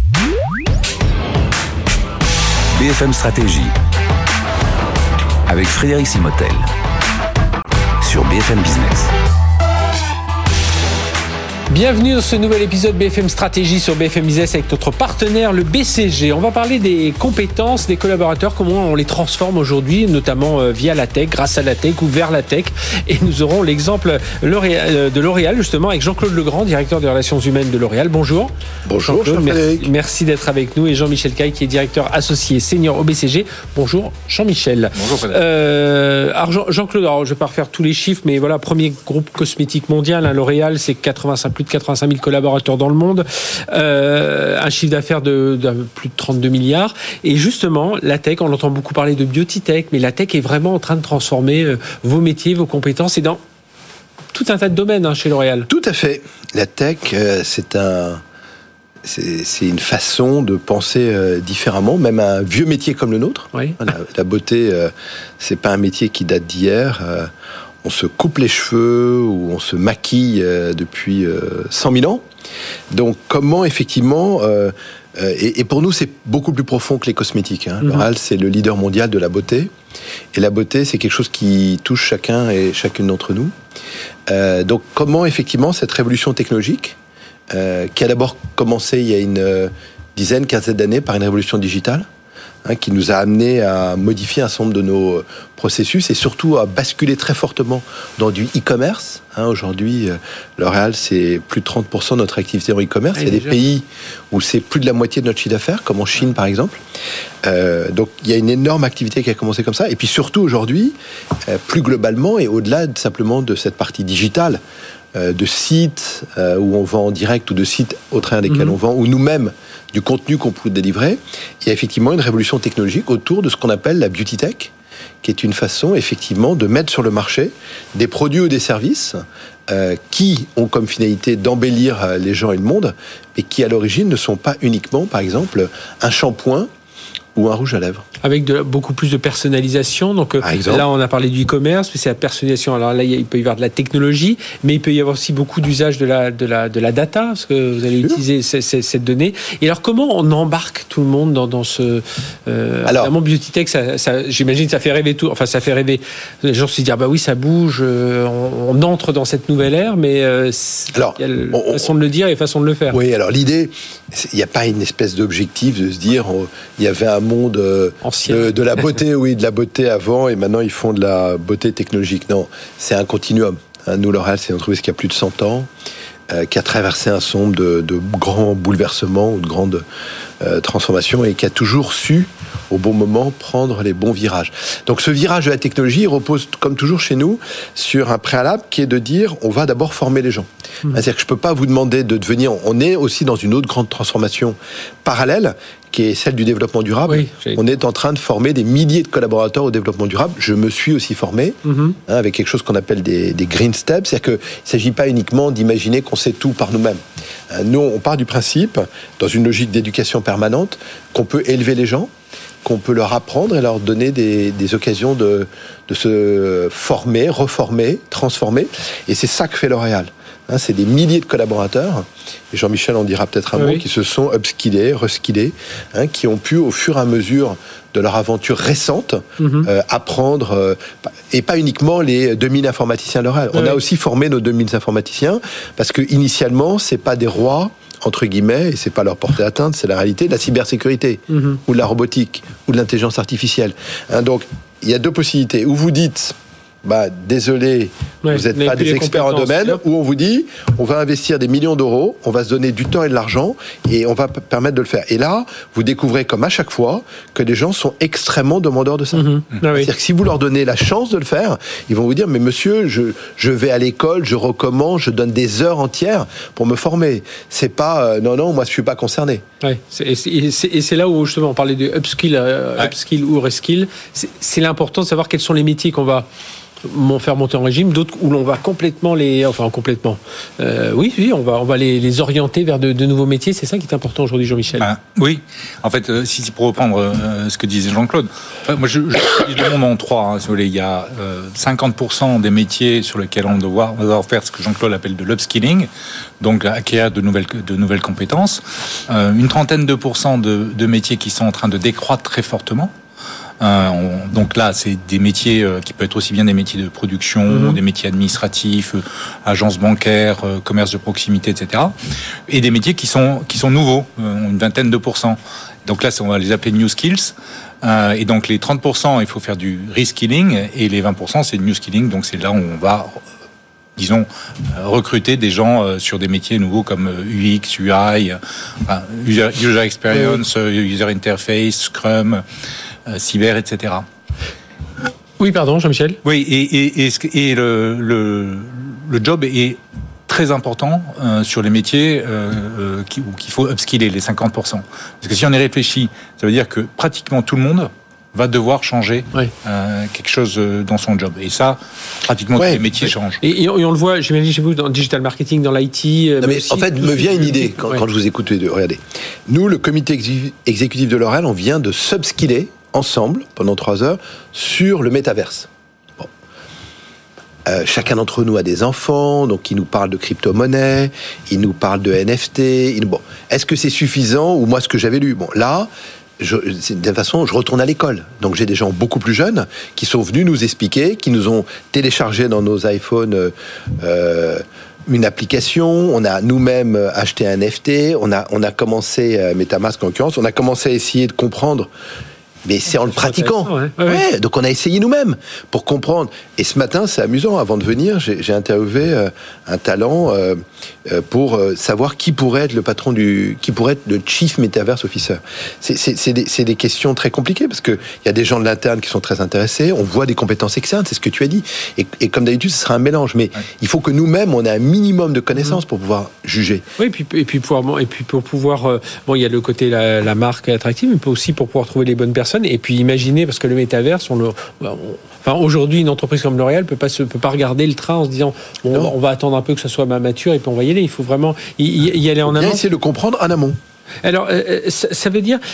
BFM Stratégie avec Frédéric Simotel sur BFM Business. Bienvenue dans ce nouvel épisode BFM Stratégie sur BFM Business avec notre partenaire, le BCG. On va parler des compétences des collaborateurs, comment on les transforme aujourd'hui, notamment via la tech, grâce à la tech ou vers la tech. Et nous aurons l'exemple de L'Oréal, justement, avec Jean-Claude Legrand, directeur des relations humaines de L'Oréal. Bonjour. Bonjour, Jean-Claude. Merci d'être avec nous. Et Jean-Michel Caille, qui est directeur associé senior au BCG. Bonjour, Jean-Michel. Bonjour, Frédéric. Alors, Jean-Claude, je ne vais pas refaire tous les chiffres, mais voilà, premier groupe cosmétique mondial, L'Oréal, c'est plus de 85 000 collaborateurs dans le monde, un chiffre d'affaires de plus de 32 milliards. Et justement, la tech, on entend beaucoup parler de beauty-tech, mais la tech est vraiment en train de transformer vos métiers, vos compétences, et dans tout un tas de domaines chez L'Oréal. Tout à fait. La tech, c'est une façon de penser différemment, même un vieux métier comme le nôtre. Oui. La beauté, c'est pas un métier qui date d'hier. On se coupe les cheveux ou on se maquille depuis 100 000 ans. Donc, comment effectivement... et pour nous, c'est beaucoup plus profond que les cosmétiques. L'Oréal, c'est le leader mondial de la beauté. Et la beauté, c'est quelque chose qui touche chacun et chacune d'entre nous. Donc, comment effectivement cette révolution technologique, qui a d'abord commencé il y a une quinzaine d'années par une révolution digitale, qui nous a amené à modifier un certain nombre de nos processus et surtout à basculer très fortement dans du e-commerce. Aujourd'hui, L'Oréal, c'est plus de 30% de notre activité en e-commerce. Il y a des pays où c'est plus de la moitié de notre chiffre d'affaires, comme en Chine par exemple. Donc il y a une énorme activité qui a commencé comme ça. Et puis surtout aujourd'hui, plus globalement et au-delà simplement de cette partie digitale, de sites où on vend en direct ou de sites au travers desquels on vend, ou nous-mêmes du contenu qu'on peut délivrer, il y a effectivement une révolution technologique autour de ce qu'on appelle la beauty tech, qui est une façon effectivement de mettre sur le marché des produits ou des services qui ont comme finalité d'embellir les gens et le monde, mais qui à l'origine ne sont pas uniquement, par exemple, un shampoing ou un rouge à lèvres. Avec beaucoup plus de personnalisation. Donc là, on a parlé du e-commerce, mais c'est la personnalisation. Alors là, il peut y avoir de la technologie, mais il peut y avoir aussi beaucoup d'usage de la data, parce que vous allez utiliser cette donnée. Et alors, comment on embarque tout le monde dans ce... Évidemment, Beauty Tech, j'imagine que ça fait rêver tout. Enfin, ça fait rêver. Les gens se disent, bah oui, ça bouge, on entre dans cette nouvelle ère, mais il y a une façon de le dire et une façon de le faire. Oui, alors l'idée, il n'y a pas une espèce d'objectif de se dire, il y avait un monde... De la beauté, oui, de la beauté avant, et maintenant ils font de la beauté technologique. Non, c'est un continuum. Nous, L'Oréal, c'est une entreprise qui a plus de 100 ans, qui a traversé un certain nombre de grands bouleversements ou de grandes transformations, et qui a toujours su, au bon moment, prendre les bons virages. Donc ce virage de la technologie repose, comme toujours chez nous, sur un préalable qui est de dire, on va d'abord former les gens. C'est-à-dire que je ne peux pas vous demander de devenir... On est aussi dans une autre grande transformation parallèle, qui est celle du développement durable. Oui, on est en train de former des milliers de collaborateurs au développement durable. Je me suis aussi formé avec quelque chose qu'on appelle des green steps. C'est-à-dire qu'il ne s'agit pas uniquement d'imaginer qu'on sait tout par nous-mêmes. Nous, on part du principe, dans une logique d'éducation permanente, qu'on peut élever les gens, qu'on peut leur apprendre et leur donner des occasions de se former, reformer, transformer. Et c'est ça que fait L'Oréal. C'est des milliers de collaborateurs, et Jean-Michel en dira peut-être un mot, qui se sont upskillés, reskillés, qui ont pu, au fur et à mesure de leur aventure récente, apprendre, et pas uniquement les 2000 informaticiens L'Oréal. On a aussi formé nos 2000 informaticiens, parce que initialement, c'est pas des rois, entre guillemets, et c'est pas leur portée atteinte, c'est la réalité de la cybersécurité, ou de la robotique, ou de l'intelligence artificielle. Donc, il y a deux possibilités. Où vous dites... désolé, vous n'êtes pas des experts en domaine, où on vous dit, on va investir des millions d'euros, on va se donner du temps et de l'argent, et on va permettre de le faire. Et là, vous découvrez, comme à chaque fois, que les gens sont extrêmement demandeurs de ça. C'est-à-dire que si vous leur donnez la chance de le faire, ils vont vous dire, mais monsieur, je vais à l'école, je recommence, je donne des heures entières pour me former. C'est pas, non, moi je suis pas concerné. Ouais, et c'est là où justement on parlait de upskill ou reskill. C'est l'important de savoir quels sont les métiers qu'on va faire monter en régime, d'autres où l'on va complètement on va les orienter vers de nouveaux métiers. C'est ça qui est important aujourd'hui, Jean-Michel. Oui, en fait, si pour reprendre ce que disait Jean-Claude, moi je le monde en trois. Si vous voulez, il y a 50% des métiers sur lesquels on va devoir faire ce que Jean-Claude appelle de l'upskilling, donc acquérir de nouvelles compétences. Une trentaine de pourcents de métiers qui sont en train de décroître très fortement. Donc là, c'est des métiers qui peuvent être aussi bien des métiers de production, des métiers administratifs, agences bancaires, commerce de proximité, etc. Et des métiers qui sont nouveaux, une vingtaine de pourcents. Donc là, on va les appeler new skills. Et donc les 30%, il faut faire du reskilling, et les 20%, c'est du new skilling. Donc c'est là où on va, disons, recruter des gens sur des métiers nouveaux comme UX, UI, user experience, user interface, Scrum, cyber, etc. Oui, pardon, Jean-Michel. Oui, et le job est très important sur les métiers qu'il faut upskiller, les 50%. Parce que si on y réfléchit, ça veut dire que pratiquement tout le monde va devoir changer quelque chose dans son job. Et ça, pratiquement tous les métiers changent. Et on le voit, j'imagine chez vous, dans le digital marketing, dans l'IT... en fait, me vient une idée quand je vous écoute les deux. Regardez, nous, le comité exécutif de L'Oréal, on vient de s'upskiller ensemble, pendant 3 heures, sur le métaverse. Bon. Chacun d'entre nous a des enfants, donc ils nous parlent de crypto-monnaie, ils nous parlent de NFT. Bon. Est-ce que c'est suffisant, ou moi, ce que j'avais lu? Bon, là... de toute façon, je retourne à l'école. Donc, j'ai des gens beaucoup plus jeunes qui sont venus nous expliquer, qui nous ont téléchargé dans nos iPhones une application. On a nous-mêmes acheté un NFT. On a commencé, MetaMask en l'occurrence, on a commencé à essayer de comprendre. Mais c'est en le pratiquant. Donc on a essayé nous-mêmes pour comprendre. Et ce matin, c'est amusant. Avant de venir, j'ai interviewé un talent pour savoir qui pourrait être le patron qui pourrait être le Chief Metaverse Officer. C'est des questions très compliquées parce que il y a des gens de l'interne qui sont très intéressés. On voit des compétences externes, c'est ce que tu as dit. Et comme d'habitude, ce sera un mélange. Mais il faut que nous-mêmes, on ait un minimum de connaissances pour pouvoir juger. Oui, et puis pour pouvoir, il y a le côté la marque attractive, mais aussi pour pouvoir trouver les bonnes personnes. Et puis imaginer, parce que le métaverse, aujourd'hui, une entreprise comme L'Oréal peut pas regarder le train en se disant on va attendre un peu que ça soit mature et puis on va y aller. Il faut vraiment y aller en amont. Bien essayer de le comprendre en amont. Alors, ça veut dire,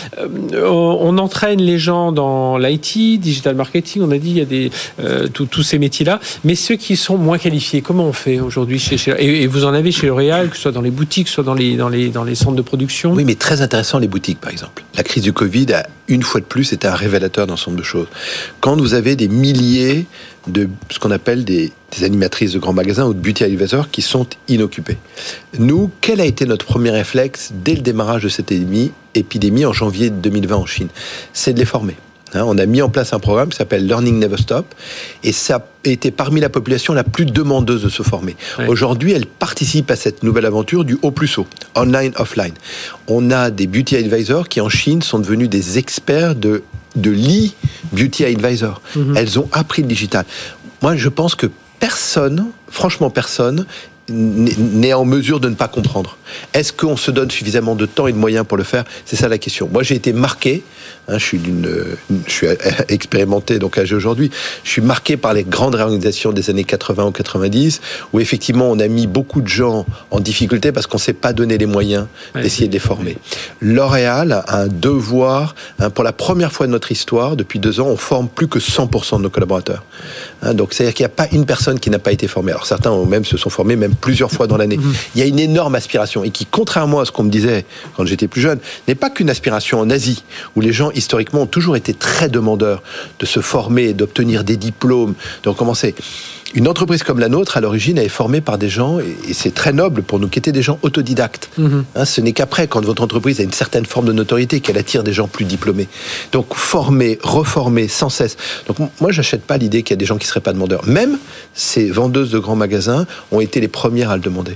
on entraîne les gens dans l'IT, digital marketing, on a dit, il y a tous ces métiers-là, mais ceux qui sont moins qualifiés, comment on fait aujourd'hui et vous en avez chez L'Oréal, que ce soit dans les boutiques, que ce soit dans les centres de production? Oui, mais très intéressant, les boutiques, par exemple. La crise du Covid, une fois de plus, était un révélateur d'un certain nombre de choses. Quand vous avez des milliers de ce qu'on appelle des animatrices de grands magasins ou de beauty advisors qui sont inoccupés. Nous, quel a été notre premier réflexe dès le démarrage de cette épidémie en janvier 2020 en Chine? C'est de les former. On a mis en place un programme qui s'appelle Learning Never Stop et ça a été parmi la population la plus demandeuse de se former. Ouais. Aujourd'hui, elle participe à cette nouvelle aventure du haut plus haut, online, offline. On a des beauty advisors qui en Chine sont devenus des experts de l'e-beauty advisor. Elles ont appris le digital. Moi, je pense que personne, franchement personne, n'est en mesure de ne pas comprendre. Est-ce qu'on se donne suffisamment de temps et de moyens pour le faire? C'est ça la question. Moi, j'ai été marqué, je suis expérimenté, donc âgé aujourd'hui, je suis marqué par les grandes réorganisations des années 80 ou 90, où effectivement, on a mis beaucoup de gens en difficulté parce qu'on ne s'est pas donné les moyens d'essayer de les former. L'Oréal a un devoir, pour la première fois de notre histoire, depuis 2 ans, on forme plus que 100% de nos collaborateurs. Donc, c'est-à-dire qu'il n'y a pas une personne qui n'a pas été formée. Alors, certains même se sont formés, même plusieurs fois dans l'année. Il y a une énorme aspiration et qui, contrairement à ce qu'on me disait quand j'étais plus jeune, n'est pas qu'une aspiration en Asie, où les gens, historiquement, ont toujours été très demandeurs de se former, d'obtenir des diplômes, de recommencer. Une entreprise comme la nôtre, à l'origine, elle est formée par des gens, et c'est très noble pour nous, qui étaient des gens autodidactes. Ce n'est qu'après, quand votre entreprise a une certaine forme de notoriété, qu'elle attire des gens plus diplômés. Donc, former, reformer, sans cesse. Donc, moi, j'achète pas l'idée qu'il y a des gens qui seraient pas demandeurs. Même ces vendeuses de grands magasins ont été les premières à le demander.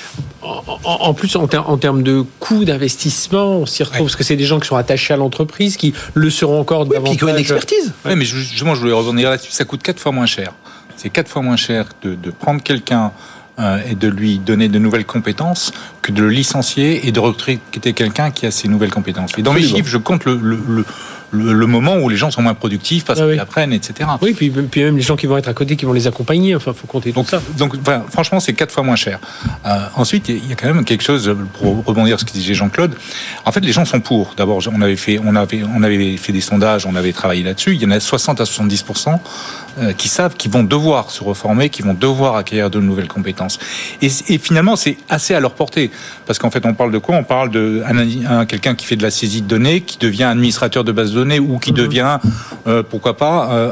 En plus, en termes de coûts d'investissement, on s'y retrouve, parce que c'est des gens qui sont attachés à l'entreprise, qui le seront encore davantage. Puis qui ont une expertise. Oui, mais justement, je voulais revenir là-dessus. Ça coûte 4 fois moins cher. C'est 4 fois moins cher de prendre quelqu'un et de lui donner de nouvelles compétences que de le licencier et de recruter quelqu'un qui a ces nouvelles compétences. Et dans mes chiffres, je compte le moment où les gens sont moins productifs parce qu'ils apprennent, etc. Oui, puis même les gens qui vont être à côté, qui vont les accompagner, enfin, il faut compter tout ça. Donc franchement, c'est 4 fois moins cher. Ensuite, il y a quand même quelque chose, pour rebondir sur ce que disait Jean-Claude, en fait, les gens sont pour. D'abord, on avait fait des sondages, on avait travaillé là-dessus, il y en a 60 à 70% qui savent qu'ils vont devoir se reformer, qu'ils vont devoir acquérir de nouvelles compétences. Et finalement, c'est assez à leur portée. Parce qu'en fait, on parle de quoi ? On parle de quelqu'un qui fait de la saisie de données, qui devient administrateur de base de données ou qui devient, pourquoi pas,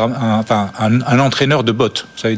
un entraîneur de bots, vous savez,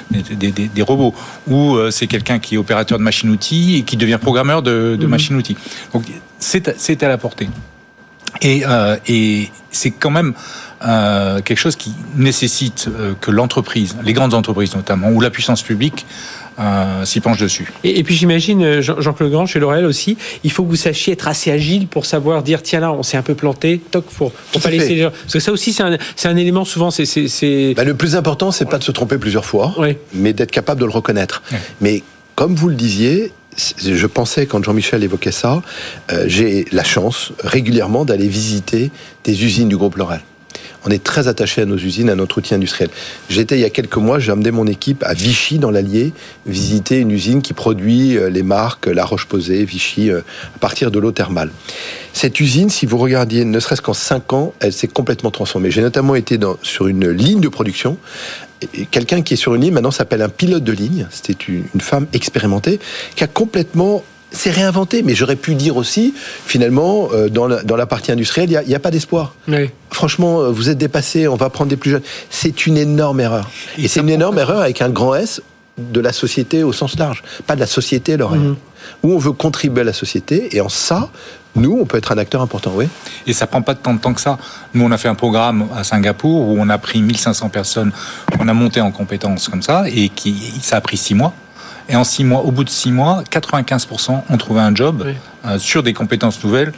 des robots. Ou c'est quelqu'un qui est opérateur de machine-outil et qui devient programmeur de machine-outil. Donc, c'est à la portée. Et c'est quand même quelque chose qui nécessite que l'entreprise, les grandes entreprises notamment, ou la puissance publique, s'y penche dessus. Et puis j'imagine, Jean-Claude Grand, chez L'Oréal aussi, il faut que vous sachiez être assez agile pour savoir dire, tiens là, on s'est un peu planté, toc, pour pas laisser les gens... Parce que ça aussi, c'est un élément, souvent, c'est... Le plus important, c'est pas de se tromper plusieurs fois, mais d'être capable de le reconnaître. Ouais. Mais comme vous le disiez, je pensais, quand Jean-Michel évoquait ça, j'ai la chance régulièrement d'aller visiter des usines du groupe L'Oréal. On est très attaché à nos usines, à notre outil industriel. J'étais il y a quelques mois, j'ai amené mon équipe à Vichy, dans l'Allier, visiter une usine qui produit les marques La Roche-Posay, Vichy, à partir de l'eau thermale. Cette usine, si vous regardiez, ne serait-ce qu'en 5 ans, elle s'est complètement transformée. J'ai notamment été sur une ligne de production. Et quelqu'un qui est sur une ligne, maintenant, s'appelle un pilote de ligne. C'était une femme expérimentée qui a complètement... C'est réinventé, mais j'aurais pu dire aussi, finalement, dans la partie industrielle, il n'y a pas d'espoir. Oui. Franchement, vous êtes dépassés, on va prendre des plus jeunes. C'est une énorme erreur. Et c'est une énorme erreur avec un grand S de la société au sens large. Pas de la société, L'Oréal. Où on veut contribuer à la société, et en ça, nous, on peut être un acteur important, oui. Et ça prend pas tant de temps que ça. Nous, on a fait un programme à Singapour où on a pris 1500 personnes, on a monté en compétences comme ça, et ça a pris 6 mois. Et en 6 mois, au bout de 6 mois, 95% ont trouvé un job sur des compétences nouvelles.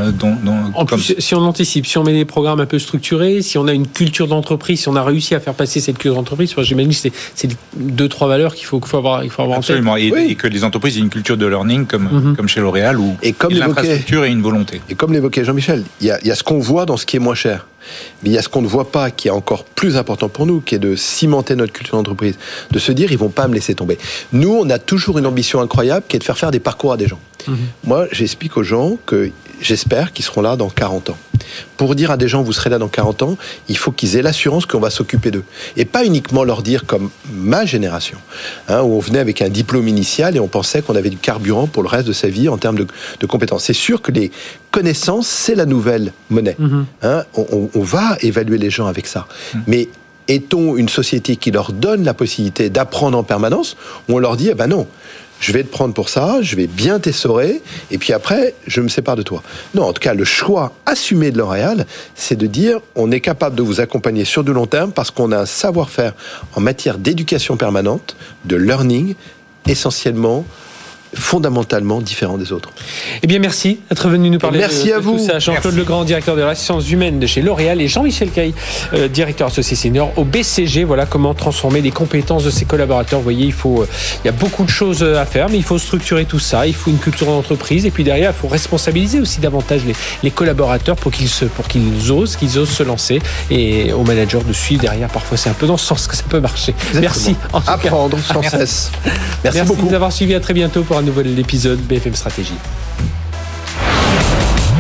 Plus, si on anticipe, si on met des programmes un peu structurés, si on a une culture d'entreprise, si on a réussi à faire passer cette culture d'entreprise, j'imagine que c'est 2-3 valeurs qu'il faut avoir absolument, en tête. Et que les entreprises aient une culture de learning comme chez L'Oréal, où l'infrastructure et une volonté. Et comme l'évoquait Jean-Michel, il y a ce qu'on voit dans ce qui est moins cher. Mais il y a ce qu'on ne voit pas, qui est encore plus important pour nous, qui est de cimenter notre culture d'entreprise, de se dire, ils vont pas me laisser tomber. Nous, on a toujours une ambition incroyable, qui est de faire des parcours à des gens. Moi, j'explique aux gens que j'espère qu'ils seront là dans 40 ans. Pour dire à des gens, vous serez là dans 40 ans, il faut qu'ils aient l'assurance qu'on va s'occuper d'eux. Et pas uniquement leur dire comme ma génération, où on venait avec un diplôme initial et on pensait qu'on avait du carburant pour le reste de sa vie en termes de compétences. C'est sûr que les connaissances, c'est la nouvelle monnaie. On va évaluer les gens avec ça. Mais est-on une société qui leur donne la possibilité d'apprendre en permanence, ou on leur dit, non, je vais te prendre pour ça, je vais bien t'essorer, et puis après, je me sépare de toi. Non, en tout cas, le choix assumé de L'Oréal, c'est de dire, on est capable de vous accompagner sur du long terme parce qu'on a un savoir-faire en matière d'éducation permanente, de learning, essentiellement, fondamentalement différent des autres. Eh bien, merci d'être venu nous parler de tout ça. Jean-Claude Legrand, directeur de l'assistance humaine de chez L'Oréal, et Jean-Michel Caille, directeur associé senior au BCG. Voilà comment transformer les compétences de ses collaborateurs. Vous voyez, il y a beaucoup de choses à faire, mais il faut structurer tout ça. Il faut une culture d'entreprise, et puis derrière, il faut responsabiliser aussi davantage les collaborateurs pour qu'ils osent se lancer, et aux managers de suivre derrière. Parfois, c'est un peu dans ce sens que ça peut marcher. Exactement. Merci. Apprendre sans cesse. Merci beaucoup de nous avoir suivis. À très bientôt pour un nouvel épisode BFM Stratégie.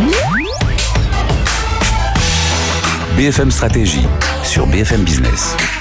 BFM Stratégie sur BFM Business.